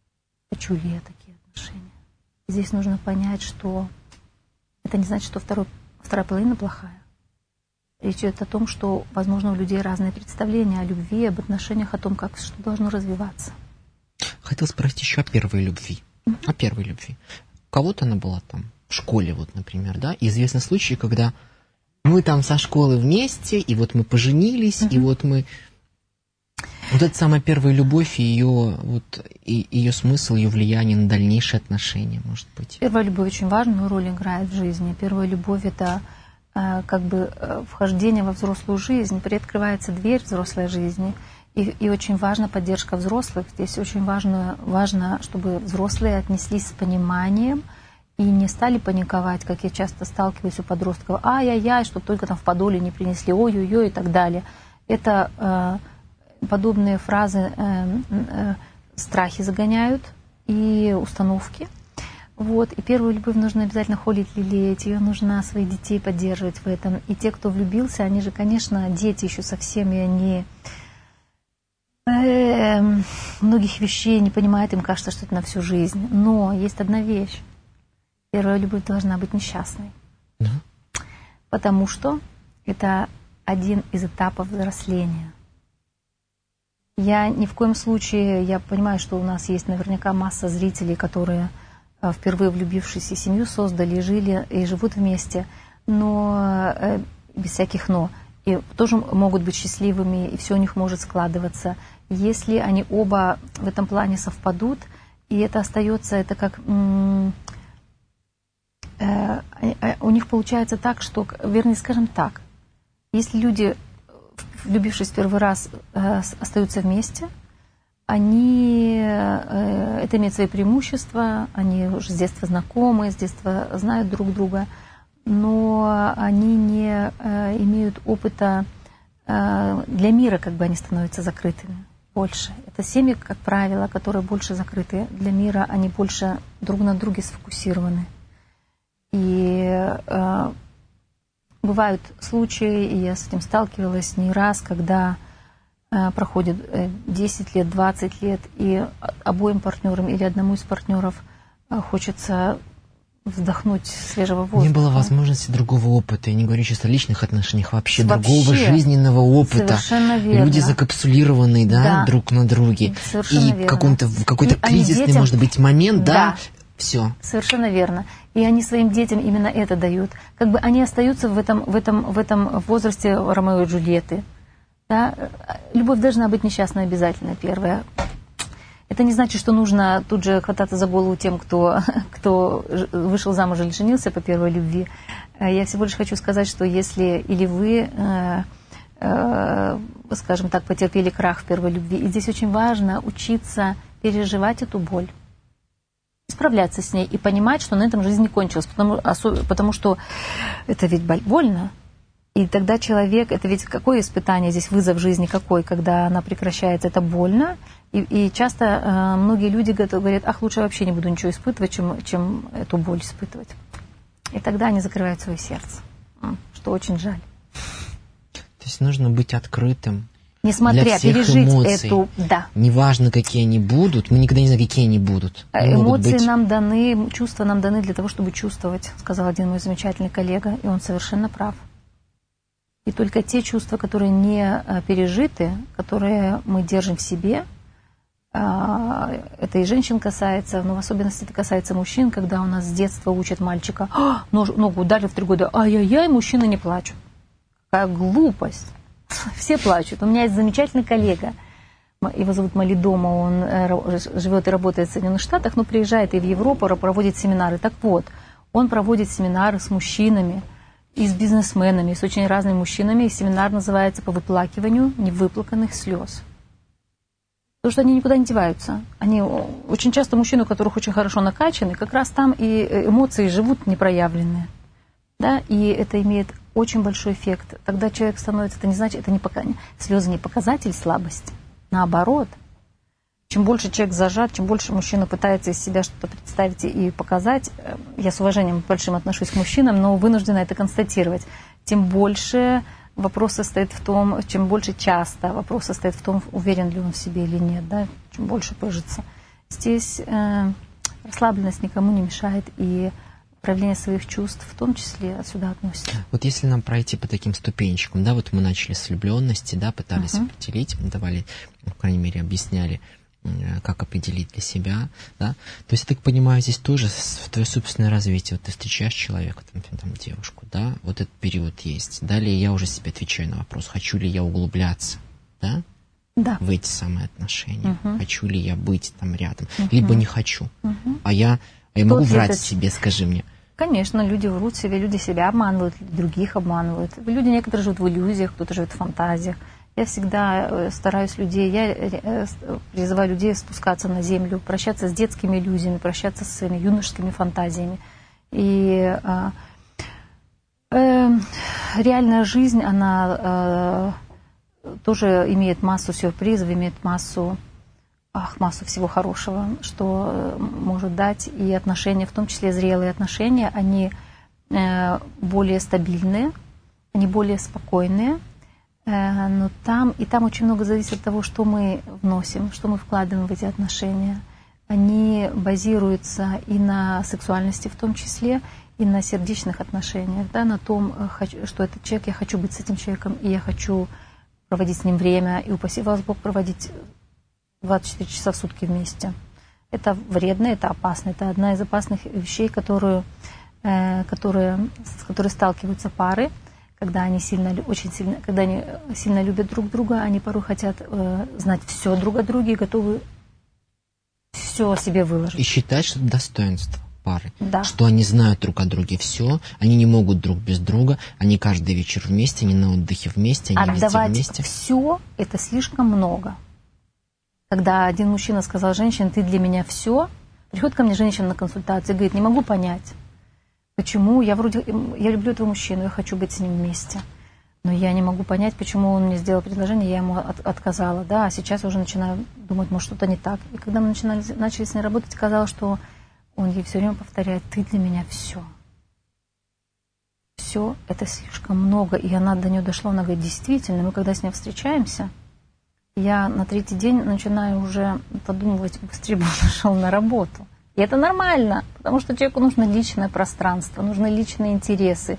хочу ли я такие отношения. Здесь нужно понять, что это не значит, что вторая половина плохая. Речь идет о том, что, возможно, у людей разные представления о любви, об отношениях, о том, как что должно развиваться. Хотел спросить еще о первой любви. О первой любви. У кого-то она была там в школе, вот, например, да? И известны случаи, когда мы там со школы вместе, и вот мы поженились, и вот мы... Вот эта самая первая любовь и ее смысл, ее влияние на дальнейшие отношения, может быть. Первая любовь очень важную роль играет в жизни. Первая любовь — это как бы вхождение во взрослую жизнь, приоткрывается дверь взрослой жизни. И очень важна поддержка взрослых. Здесь очень важно, чтобы взрослые отнеслись с пониманием и не стали паниковать, как я часто сталкиваюсь у подростков. Ай-яй-яй, что только там в подоле не принесли, ой-ой-ой и так далее. Это подобные фразы страхи загоняют и установки. Вот. И первую любовь нужно обязательно холить, лелеять, ее нужно своих детей поддерживать в этом. И те, кто влюбился, они же, конечно, дети еще совсем, и они многих вещей не понимают, им кажется, что это на всю жизнь. Но есть одна вещь. Первая любовь должна быть несчастной. Да. Потому что это один из этапов взросления. Я ни в коем случае, я понимаю, что у нас есть наверняка масса зрителей, которые впервые влюбившись и семью создали, жили и живут вместе, но без всяких «но». И тоже могут быть счастливыми, и все у них может складываться. Если они оба в этом плане совпадут, и это остается, это как... у них получается так, что, вернее, скажем так, если люди, влюбившись в первый раз, остаются вместе, они, это имеет свои преимущества, они уже с детства знакомы, с детства знают друг друга, но они не имеют опыта для мира, как бы они становятся закрытыми больше. Это семьи, как правило, которые больше закрыты для мира, они больше друг на друге сфокусированы. И бывают случаи, и я с этим сталкивалась не раз, когда проходит 10 лет, 20 лет, и обоим партнерам или одному из партнеров хочется вздохнуть свежего воздуха. Не было возможности другого опыта. Я не говорю сейчас о личных отношениях, вообще другого жизненного опыта. Совершенно верно. Люди закапсулированные, да, друг на друге. Совершенно верно. В какой-то кризисный, детям, может быть, момент, да, все. Совершенно верно. И они своим детям именно это дают. Как бы они остаются в этом возрасте Ромео и Джульетты. Да? Любовь должна быть несчастной обязательно, первая. Это не значит, что нужно тут же хвататься за голову тем, кто вышел замуж или женился по первой любви. Я всего лишь хочу сказать, что если или вы, скажем так, потерпели крах в первой любви, и здесь очень важно учиться переживать эту боль, справляться с ней и понимать, что на этом жизнь не кончилась, потому что это ведь больно. И тогда человек, это ведь какое испытание здесь, вызов жизни какой, когда она прекращается, это больно. И часто многие люди говорят, лучше я вообще не буду ничего испытывать, чем эту боль испытывать. И тогда они закрывают свое сердце, что очень жаль. То есть нужно быть открытым. Несмотря пережить эмоций, эту... Да. Неважно, какие они будут, мы никогда не знаем, какие они будут. Эмоции нам даны, чувства нам даны для того, чтобы чувствовать, сказал один мой замечательный коллега, и он совершенно прав. И только те чувства, которые не пережиты, которые мы держим в себе, это и женщин касается, но в особенности это касается мужчин, когда у нас с детства учат мальчика, ногу ударили в 3 года, ай-яй-яй, мужчины не плачут. Какая глупость. Все плачут. У меня есть замечательный коллега, его зовут Малидома, он живет и работает в Соединенных Штатах, но приезжает и в Европу, проводит семинары. Так вот, он проводит семинары с мужчинами, и с бизнесменами, и с очень разными мужчинами, и семинар называется «По выплакиванию невыплаканных слез». Потому что они никуда не деваются. Они очень часто мужчины, у которых очень хорошо накачаны, как раз там и эмоции живут непроявленные. Да? И это имеет очень большой эффект. Тогда человек становится, это не значит, слезы не показатель слабости. Наоборот. Чем больше человек зажат, чем больше мужчина пытается из себя что-то представить и показать, я с уважением большим отношусь к мужчинам, но вынуждена это констатировать, тем больше вопрос состоит в том, чем больше часто вопрос состоит в том, уверен ли он в себе или нет, да, чем больше пыжится. Здесь расслабленность никому не мешает, и проявление своих чувств в том числе сюда относится. Вот если нам пройти по таким ступенечкам, да, вот мы начали с влюбленности, да, пытались определить, давали, по крайней мере, объясняли, как определить для себя, да. То есть, я так понимаю, здесь тоже твое собственное развитие. Вот ты встречаешь человека, там девушку, да, вот этот период есть. Далее я уже себе отвечаю на вопрос, хочу ли я углубляться, да, в эти самые отношения, хочу ли я быть там рядом, либо не хочу. А я могу врать себе, скажи мне. Конечно, люди врут себе, люди себя обманывают, других обманывают. Люди некоторые живут в иллюзиях, кто-то живет в фантазиях. Я всегда стараюсь людей, я призываю людей спускаться на землю, прощаться с детскими иллюзиями, прощаться с своими юношескими фантазиями. И реальная жизнь, она тоже имеет массу сюрпризов, имеет массу всего хорошего, что может дать. И отношения, в том числе зрелые отношения, они более стабильные, они более спокойные. Но там очень много зависит от того, что мы вносим, что мы вкладываем в эти отношения. Они базируются и на сексуальности в том числе, и на сердечных отношениях, да, на том, что этот человек, я хочу быть с этим человеком, и я хочу проводить с ним время, и упаси вас Бог проводить 24 часа в сутки вместе. Это вредно, это опасно. Это одна из опасных вещей, с которой сталкиваются пары, когда они сильно любят друг друга, они порой хотят знать все друг о друге и готовы все о себе выложить. И считать, что это достоинство пары. Да. Что они знают друг о друге все, они не могут друг без друга, они каждый вечер вместе, они на отдыхе вместе, они везде вместе. Отдавать все – это слишком много. Когда один мужчина сказал женщине, ты для меня все, приходит ко мне женщина на консультацию и говорит, не могу понять, почему я люблю этого мужчину, я хочу быть с ним вместе, но я не могу понять, почему он мне сделал предложение, я ему отказала, да, а сейчас я уже начинаю думать, может, что-то не так. И когда мы начали с ней работать, казалось, что он ей все время повторяет, ты для меня все. Все это слишком много, и она до нее дошла, она говорит, действительно, мы когда с ней встречаемся, я на третий день начинаю уже подумывать, быстрее бы он пошел на работу. И это нормально, потому что человеку нужно личное пространство, нужны личные интересы.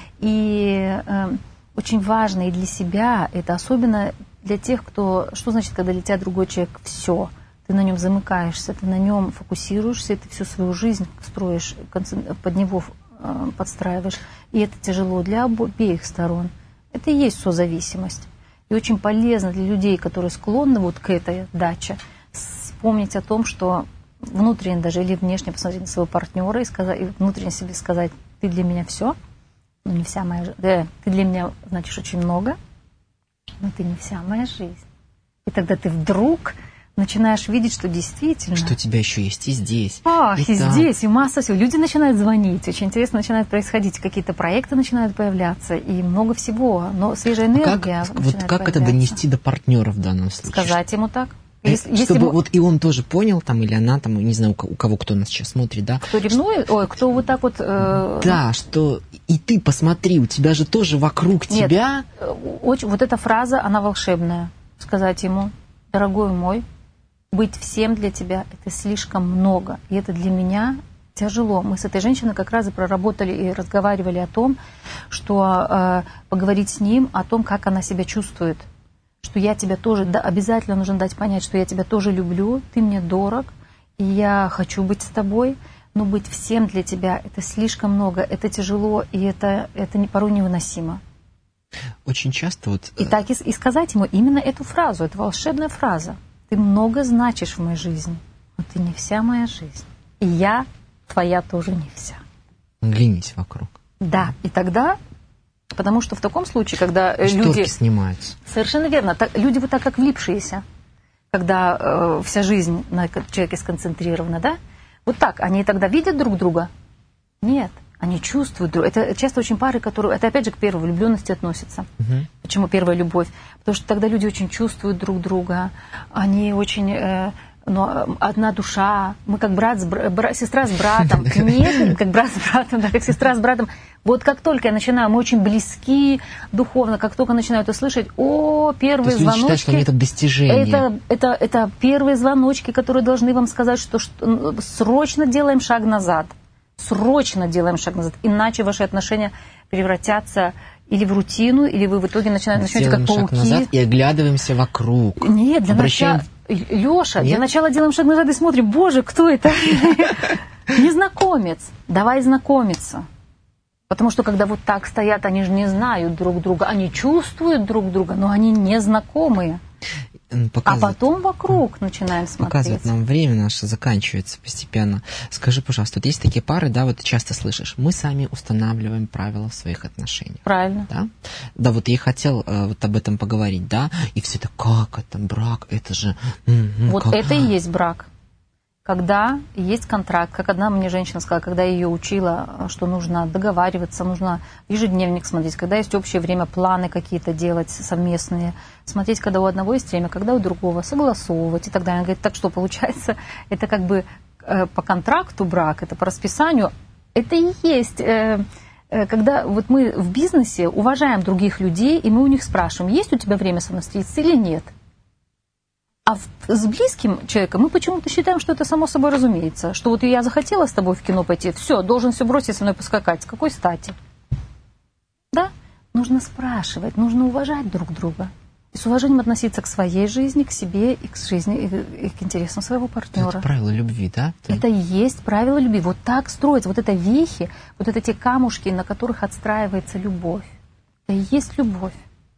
И очень важно и для себя, это особенно для тех, что значит, когда для тебя другой человек все, ты на нем замыкаешься, ты на нем фокусируешься, и ты всю свою жизнь строишь, под него подстраиваешь. И это тяжело для обеих сторон. Это и есть созависимость. И очень полезно для людей, которые склонны вот к этой даче, вспомнить о том, что внутренне даже или внешне посмотреть на своего партнера и внутренне себе сказать, ты для меня все, но не вся моя жизнь. Ты для меня значишь очень много, но ты не вся моя жизнь. И тогда ты вдруг начинаешь видеть, что действительно... Что у тебя еще есть и здесь. И здесь, и масса всего. Люди начинают звонить, очень интересно начинает происходить, какие-то проекты начинают появляться, и много всего, но свежая энергия как это донести до партнера в данном случае? Сказать ему так. Чтобы вот и он тоже понял, там, или она, там, не знаю, у кого кто нас сейчас смотрит, да. Кто ревнует, кто вот так вот... Да, что и ты посмотри, у тебя же тоже вокруг тебя... Вот эта фраза, она волшебная. Сказать ему, дорогой мой, быть всем для тебя – это слишком много, и это для меня тяжело. Мы с этой женщиной как раз и проработали и разговаривали о том, что поговорить с ним, о том, как она себя чувствует, что я тебя тоже, да, обязательно нужно дать понять, что я тебя тоже люблю, ты мне дорог, и я хочу быть с тобой, но быть всем для тебя – это слишком много, это тяжело, и это порой невыносимо. Очень часто вот... И сказать ему именно эту фразу, это волшебная фраза. Ты много значишь в моей жизни, но ты не вся моя жизнь. И я твоя тоже не вся. Глянись вокруг. Да, и тогда, потому что в таком случае, когда шторки снимаются. Совершенно верно. Люди вот так как влипшиеся, когда вся жизнь на человеке сконцентрирована, да? Вот так, они тогда видят друг друга? Нет. Они чувствуют друг друга. Это часто очень пары, которые... Это опять же к первой влюбленности относится. Почему первая любовь? Потому что тогда люди очень чувствуют друг друга, они очень но одна душа, мы как сестра с братом. Нет, как брат с братом, да, как сестра с братом. Вот как только я начинаю, мы очень близки духовно, как только начинаю это слышать, первые звоночки. Считают, что это достижение. Это первые звоночки, которые должны вам сказать, что срочно делаем шаг назад. Срочно делаем шаг назад. Иначе ваши отношения превратятся или в рутину, или вы в итоге начнете как пауки. Шаг назад и оглядываемся вокруг. Нет, для начала... Лёша, для начала делаем шаг назад и смотрим, боже, кто это? Незнакомец. Давай знакомиться. Потому что когда вот так стоят, они же не знают друг друга, они чувствуют друг друга, но они не знакомые. А потом вокруг начинаем смотреть. Показывает нам время наше, заканчивается постепенно. Скажи, пожалуйста, вот есть такие пары, да, вот ты часто слышишь, мы сами устанавливаем правила в своих отношениях. Правильно. Да, да, вот я хотел вот об этом поговорить, да, и все так, как это брак, это же... Вот как? Это и есть брак. Когда есть контракт, как одна мне женщина сказала, когда я ее учила, что нужно договариваться, нужно ежедневник смотреть, когда есть общее время, планы какие-то делать совместные, смотреть, когда у одного есть время, когда у другого, согласовывать и так далее. Она говорит, так что получается, это как бы по контракту брак, это по расписанию, это и есть, когда вот мы в бизнесе уважаем других людей, и мы у них спрашиваем, есть у тебя время со мной встретиться или нет. А с близким человеком мы почему-то считаем, что это само собой разумеется. Что вот я захотела с тобой в кино пойти, все, должен все бросить, со мной поскакать. С какой стати? Да? Нужно спрашивать, нужно уважать друг друга. И с уважением относиться к своей жизни, к себе и к жизни, и к интересам своего партнера. Это правило любви, да? Это и есть правило любви. Вот так строится. Вот это вехи, вот это те камушки, на которых отстраивается любовь. Это и есть любовь.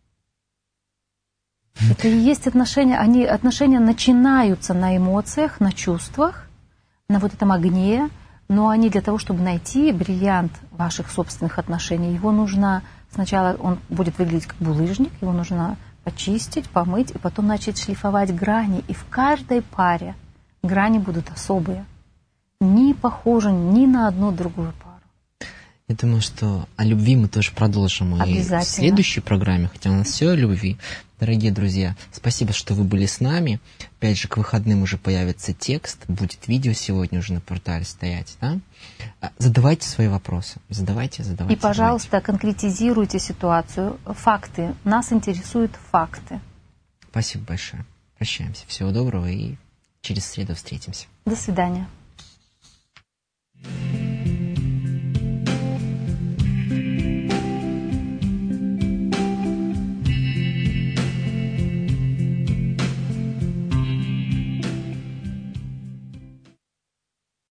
Это и есть отношения, отношения начинаются на эмоциях, на чувствах, на вот этом огне, но они для того, чтобы найти бриллиант ваших собственных отношений, его нужно сначала, он будет выглядеть как булыжник, его нужно почистить, помыть, и потом начать шлифовать грани. И в каждой паре грани будут особые, не похожи ни на одну другую пару. Я думаю, что о любви мы тоже продолжим и в следующей программе, хотя у нас все о любви. Дорогие друзья, спасибо, что вы были с нами. Опять же, к выходным уже появится текст, будет видео сегодня уже на портале стоять. Да? Задавайте свои вопросы. Задавайте. И, пожалуйста, конкретизируйте ситуацию. Факты. Нас интересуют факты. Спасибо большое. Прощаемся. Всего доброго и через среду встретимся. До свидания.